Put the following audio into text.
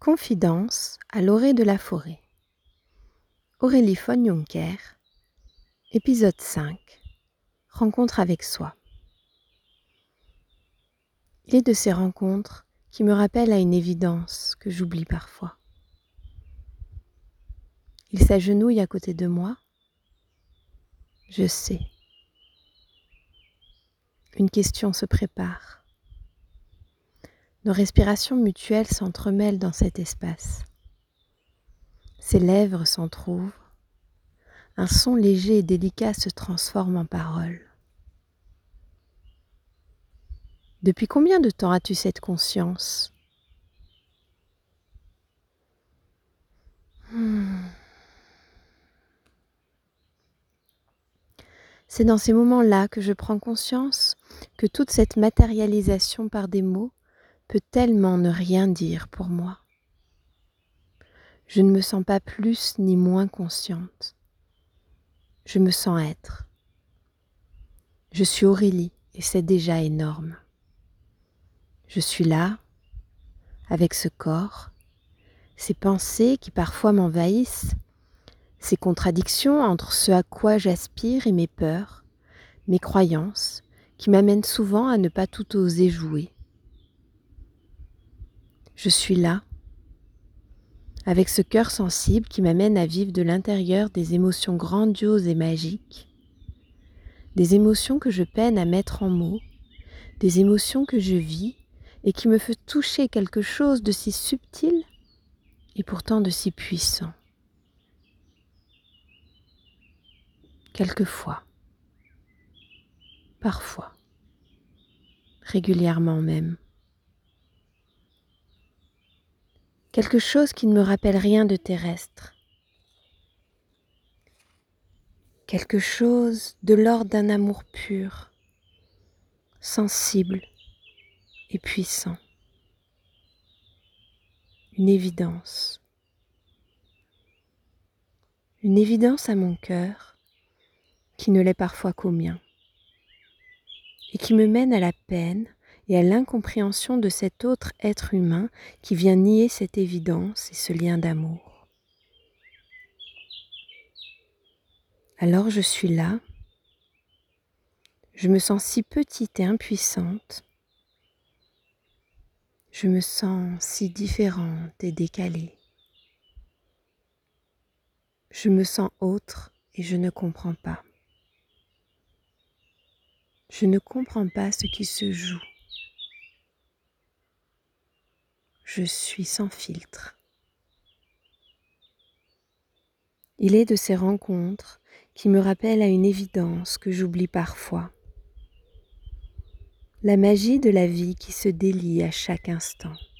Confidence à l'orée de la forêt. Aurélie Von-Juncker, épisode 5. Rencontre avec soi. Il est de ces rencontres qui me rappellent à une évidence que j'oublie parfois. Il s'agenouille à côté de moi. Je sais. Une question se prépare. Nos respirations mutuelles s'entremêlent dans cet espace. Ses lèvres s'entr'ouvrent. Un son léger et délicat se transforme en parole. Depuis combien de temps as-tu cette conscience ? C'est dans ces moments-là que je prends conscience que toute cette matérialisation par des mots peut tellement ne rien dire pour moi. Je ne me sens pas plus ni moins consciente. Je me sens être. Je suis Aurélie et c'est déjà énorme. Je suis là, avec ce corps, ces pensées qui parfois m'envahissent, ces contradictions entre ce à quoi j'aspire et mes peurs, mes croyances, qui m'amènent souvent à ne pas tout oser jouer. Je suis là, avec ce cœur sensible qui m'amène à vivre de l'intérieur des émotions grandioses et magiques, des émotions que je peine à mettre en mots, des émotions que je vis et qui me font toucher quelque chose de si subtil et pourtant de si puissant. Quelquefois, parfois, régulièrement même. Quelque chose qui ne me rappelle rien de terrestre. Quelque chose de l'ordre d'un amour pur, sensible et puissant. Une évidence à mon cœur qui ne l'est parfois qu'au mien et qui me mène à la peine et à l'incompréhension de cet autre être humain qui vient nier cette évidence et ce lien d'amour. Alors je suis là, je me sens si petite et impuissante, je me sens si différente et décalée. Je me sens autre et je ne comprends pas. Je ne comprends pas ce qui se joue. Je suis sans filtre. Il est de ces rencontres qui me rappellent à une évidence que j'oublie parfois. La magie de la vie qui se délie à chaque instant.